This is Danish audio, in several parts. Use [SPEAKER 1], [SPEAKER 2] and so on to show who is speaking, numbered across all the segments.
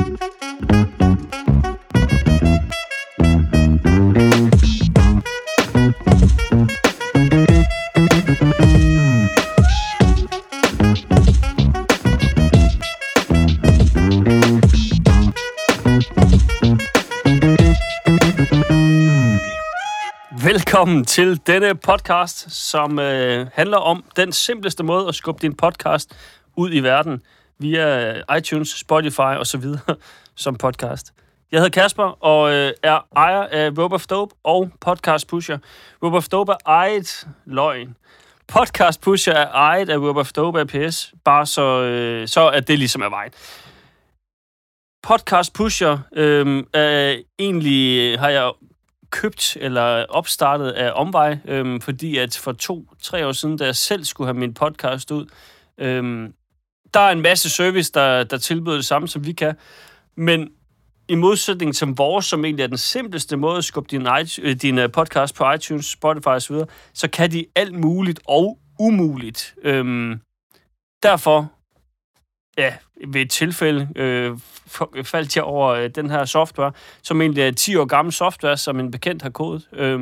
[SPEAKER 1] Velkommen til denne podcast, som handler om den simpleste måde at skubbe din podcast ud i verden via iTunes, Spotify og så videre som podcast. Jeg hedder Kasper og er ejer af Rope of Dope og Podcast Pusher. Rope of Dope er ejet løgn. Podcast Pusher er ejet af Rope of Dope APS, bare så at det ligesom er vejen. Podcast Pusher egentlig har jeg købt eller opstartet af omvej, fordi at for 2-3 år siden, da jeg selv skulle have min podcast ud, der er en masse service, der tilbyder det samme, som vi kan, men i modsætning til vores, som egentlig er den simpleste måde at skubbe din podcast på iTunes, Spotify osv., så kan de alt muligt og umuligt. Derfor, ja, ved et tilfælde faldt jeg over den her software, som egentlig er 10 år gammel software, som en bekendt har kodet.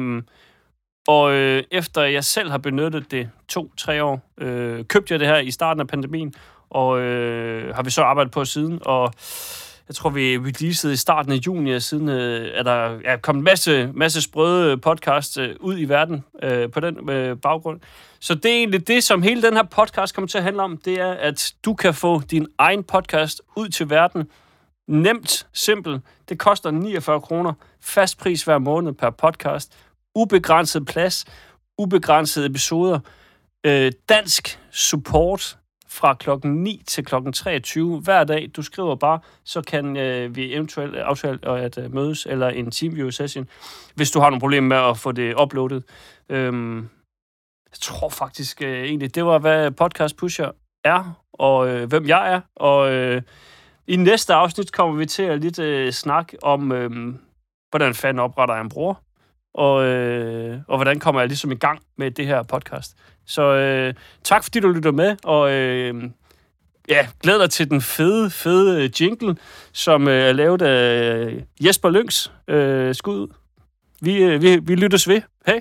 [SPEAKER 1] Efter jeg selv har benyttet det 2-3 år, købte jeg det her i starten af pandemien, og har vi så arbejdet på siden, og jeg tror, vi releasede i starten af juni, og siden er der kommet masse sprøde podcast ud i verden på den baggrund. Så det er egentlig det, som hele den her podcast kommer til at handle om, det er, at du kan få din egen podcast ud til verden. Nemt, simpelt. Det koster 49 kroner. Fast pris hver måned per podcast. Ubegrænset plads. Ubegrænsede episoder. Dansk support fra klokken 9 til klokken 23 hver dag. Du skriver bare, så kan vi eventuelt aftale at mødes, eller en TeamViewer session, hvis du har nogle problemer med at få det uploadet. Jeg tror faktisk egentlig, det var, hvad Podcast Pusher er, og hvem jeg er. Og i næste afsnit kommer vi til at lidt snakke om, hvordan fanden opretter jeg en bror, og hvordan kommer jeg ligesom i gang med det her podcast. Så tak fordi du lytter med, og glæd dig til den fede jingle, som er lavet af Jesper Lyngs. Skud. Vi lyttes ved. Hej.